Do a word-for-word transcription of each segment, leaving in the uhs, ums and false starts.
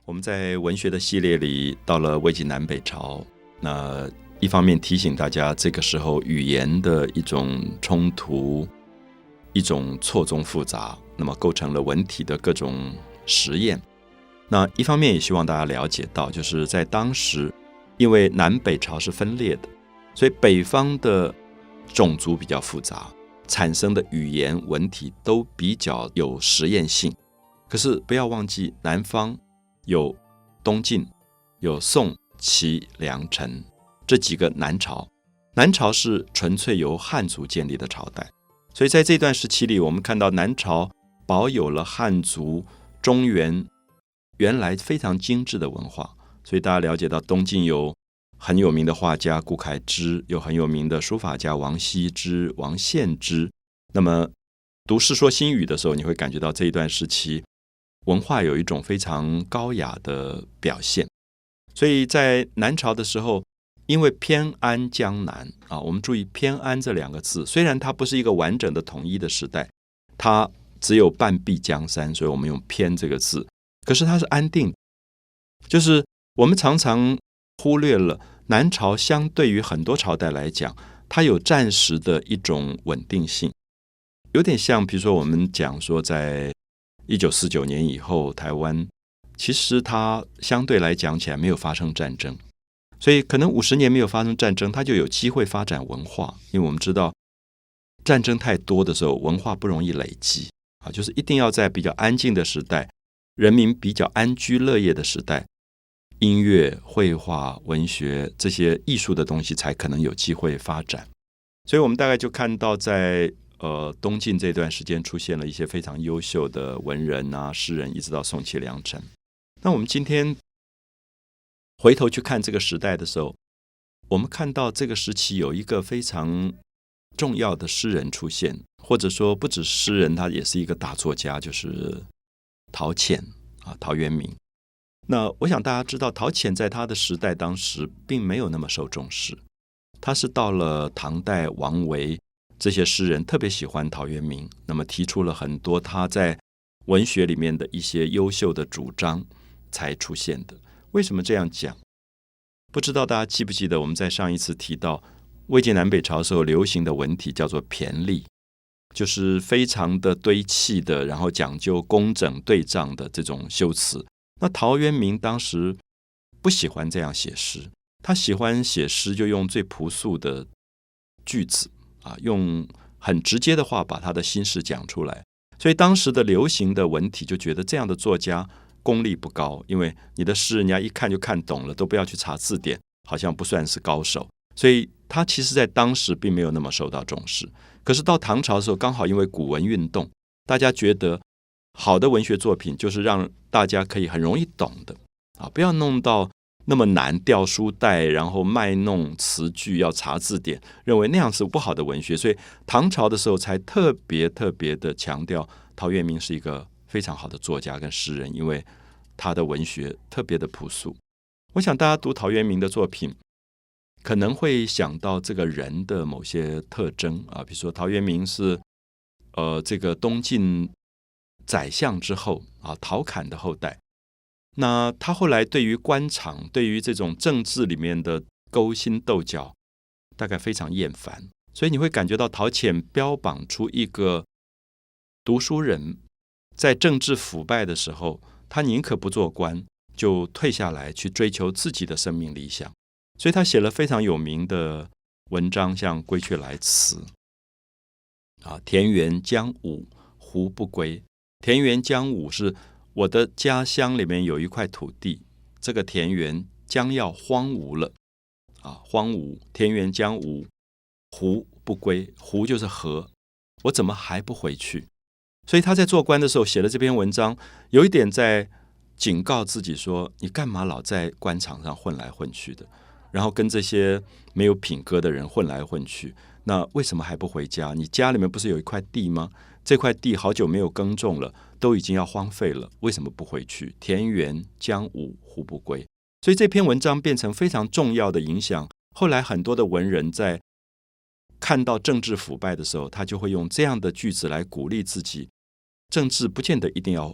我们在文学的系列里，到了魏晋南北朝，那一方面提醒大家，这个时候语言的一种冲突，一种错综复杂，那么构成了文体的各种实验。那一方面也希望大家了解到，就是在当时，因为南北朝是分裂的，所以北方的种族比较复杂，产生的语言文体都比较有实验性。可是不要忘记，南方有东晋，有宋、齐、梁、陈这几个南朝。南朝是纯粹由汉族建立的朝代，所以在这段时期里，我们看到南朝保有了汉族中原原来非常精致的文化。所以大家了解到，东晋有很有名的画家顾恺之，有很有名的书法家王羲之、王献之。那么读《世说新语》的时候，你会感觉到这一段时期文化有一种非常高雅的表现。所以在南朝的时候，因为偏安江南啊，我们注意偏安这两个字，虽然它不是一个完整的统一的时代，它只有半壁江山，所以我们用偏这个字，可是它是安定。就是我们常常忽略了南朝相对于很多朝代来讲，它有暂时的一种稳定性，有点像比如说我们讲说在一九四九年以后，台湾其实它相对来讲起来没有发生战争，所以可能五十年没有发生战争，它就有机会发展文化。因为我们知道战争太多的时候，文化不容易累积啊，就是一定要在比较安静的时代，人民比较安居乐业的时代，音乐、绘画、文学这些艺术的东西才可能有机会发展。所以我们大概就看到在呃，东晋这段时间出现了一些非常优秀的文人啊、诗人，一直到宋齐梁陈。那我们今天回头去看这个时代的时候，我们看到这个时期有一个非常重要的诗人出现，或者说不只是诗人，他也是一个大作家，就是陶潜啊，陶渊明。那我想大家知道，陶潜在他的时代当时并没有那么受重视，他是到了唐代王维这些诗人特别喜欢陶渊明，那么提出了很多他在文学里面的一些优秀的主张才出现的。为什么这样讲？不知道大家记不记得，我们在上一次提到魏晋南北朝的时候流行的文体叫做骈俪，就是非常的堆砌的，然后讲究工整对仗的这种修辞。那陶渊明当时不喜欢这样写诗，他喜欢写诗就用最朴素的句子啊，用很直接的话把他的心事讲出来。所以当时的流行的文体就觉得这样的作家功力不高，因为你的诗人家一看就看懂了，都不要去查字典，好像不算是高手。所以他其实在当时并没有那么受到重视。可是到唐朝的时候，刚好因为古文运动，大家觉得好的文学作品就是让大家可以很容易懂的啊，不要弄到那么难，掉书袋，然后卖弄词句，要查字典，认为那样是不好的文学。所以唐朝的时候才特别特别的强调陶渊明是一个非常好的作家跟诗人，因为他的文学特别的朴素。我想大家读陶渊明的作品可能会想到这个人的某些特征啊，比如说陶渊明是呃这个东晋宰相之后啊，陶侃的后代。那他后来对于官场，对于这种政治里面的勾心斗角，大概非常厌烦。所以你会感觉到陶潜标榜出一个读书人，在政治腐败的时候，他宁可不做官，就退下来去追求自己的生命理想。所以他写了非常有名的文章，像《归去来辞》啊，田园将芜胡不归。田园将芜是我的家乡里面有一块土地，这个田园将要荒芜了啊，荒芜，田园将芜胡不归，胡就是河，我怎么还不回去？所以他在做官的时候写了这篇文章，有一点在警告自己说，你干嘛老在官场上混来混去的，然后跟这些没有品格的人混来混去，那为什么还不回家？你家里面不是有一块地吗？这块地好久没有耕种了，都已经要荒废了，为什么不回去？田园将芜胡不归。所以这篇文章变成非常重要的影响。后来很多的文人在看到政治腐败的时候，他就会用这样的句子来鼓励自己，政治不见得一定要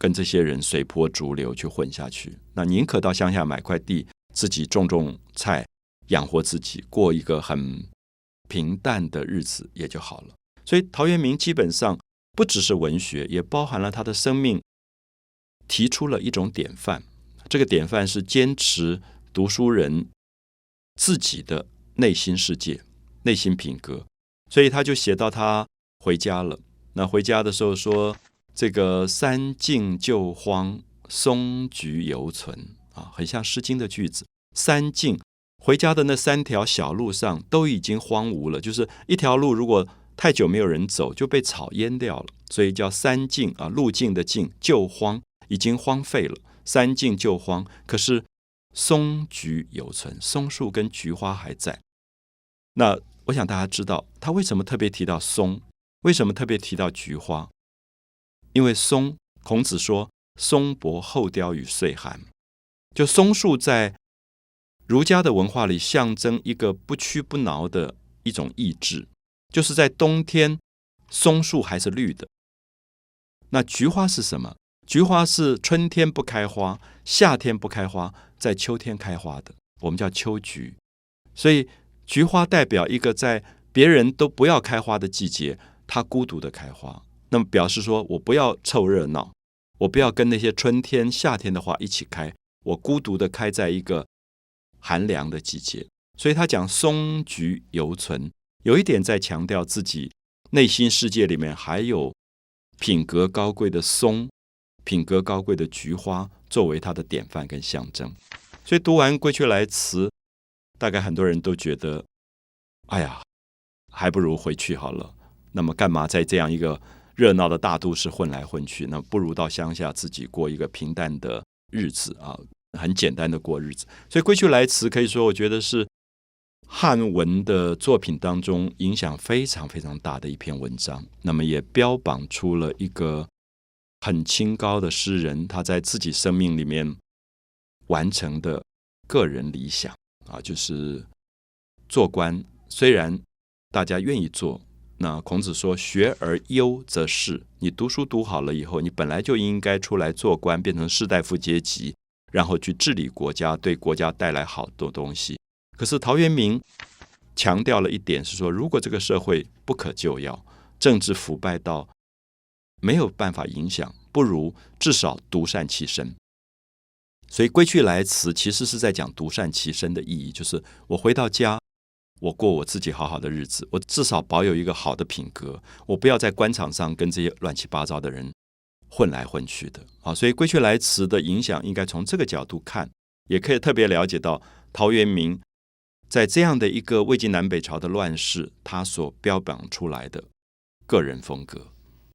跟这些人随波逐流去混下去，那宁可到乡下买块地，自己种种菜，养活自己，过一个很平淡的日子也就好了。所以陶渊明基本上不只是文学，也包含了他的生命，提出了一种典范。这个典范是坚持读书人自己的内心世界、内心品格。所以他就写到他回家了，那回家的时候说，这个三径旧荒，松菊犹存啊，很像诗经的句子。三径，回家的那三条小路上都已经荒芜了，就是一条路如果太久没有人走，就被草淹掉了，所以叫三径啊，路径的径，旧荒，已经荒废了。三径旧荒，可是松菊犹存，松树跟菊花还在。那我想大家知道，他为什么特别提到松，为什么特别提到菊花？因为松，孔子说松柏厚凋与岁寒，就松树在儒家的文化里象征一个不屈不挠的一种意志，就是在冬天松树还是绿的。那菊花是什么？菊花是春天不开花，夏天不开花，在秋天开花的，我们叫秋菊。所以菊花代表一个在别人都不要开花的季节，它孤独的开花，那么表示说我不要凑热闹，我不要跟那些春天夏天的花一起开，我孤独的开在一个寒凉的季节。所以他讲松菊犹存，有一点在强调自己内心世界里面还有品格高贵的松，品格高贵的菊花作为他的典范跟象征。所以读完《归去来辞》，大概很多人都觉得，哎呀，还不如回去好了。那么干嘛在这样一个热闹的大都市混来混去？那不如到乡下自己过一个平淡的日子啊，很简单的过日子。所以《归去来辞》可以说，我觉得是汉文的作品当中影响非常非常大的一篇文章。那么也标榜出了一个很清高的诗人，他在自己生命里面完成的个人理想啊，就是做官。虽然大家愿意做，那孔子说学而优则仕，你读书读好了以后，你本来就应该出来做官，变成士大夫阶级，然后去治理国家，对国家带来好多东西。可是陶渊明强调了一点，是说如果这个社会不可救药，政治腐败到没有办法影响，不如至少独善其身。所以归去来辞其实是在讲独善其身的意义，就是我回到家，我过我自己好好的日子，我至少保有一个好的品格，我不要在官场上跟这些乱七八糟的人混来混去的。好，所以归去来辞的影响应该从这个角度看，也可以特别了解到陶渊明在这样的一个魏晋南北朝的乱世，他所标榜出来的个人风格。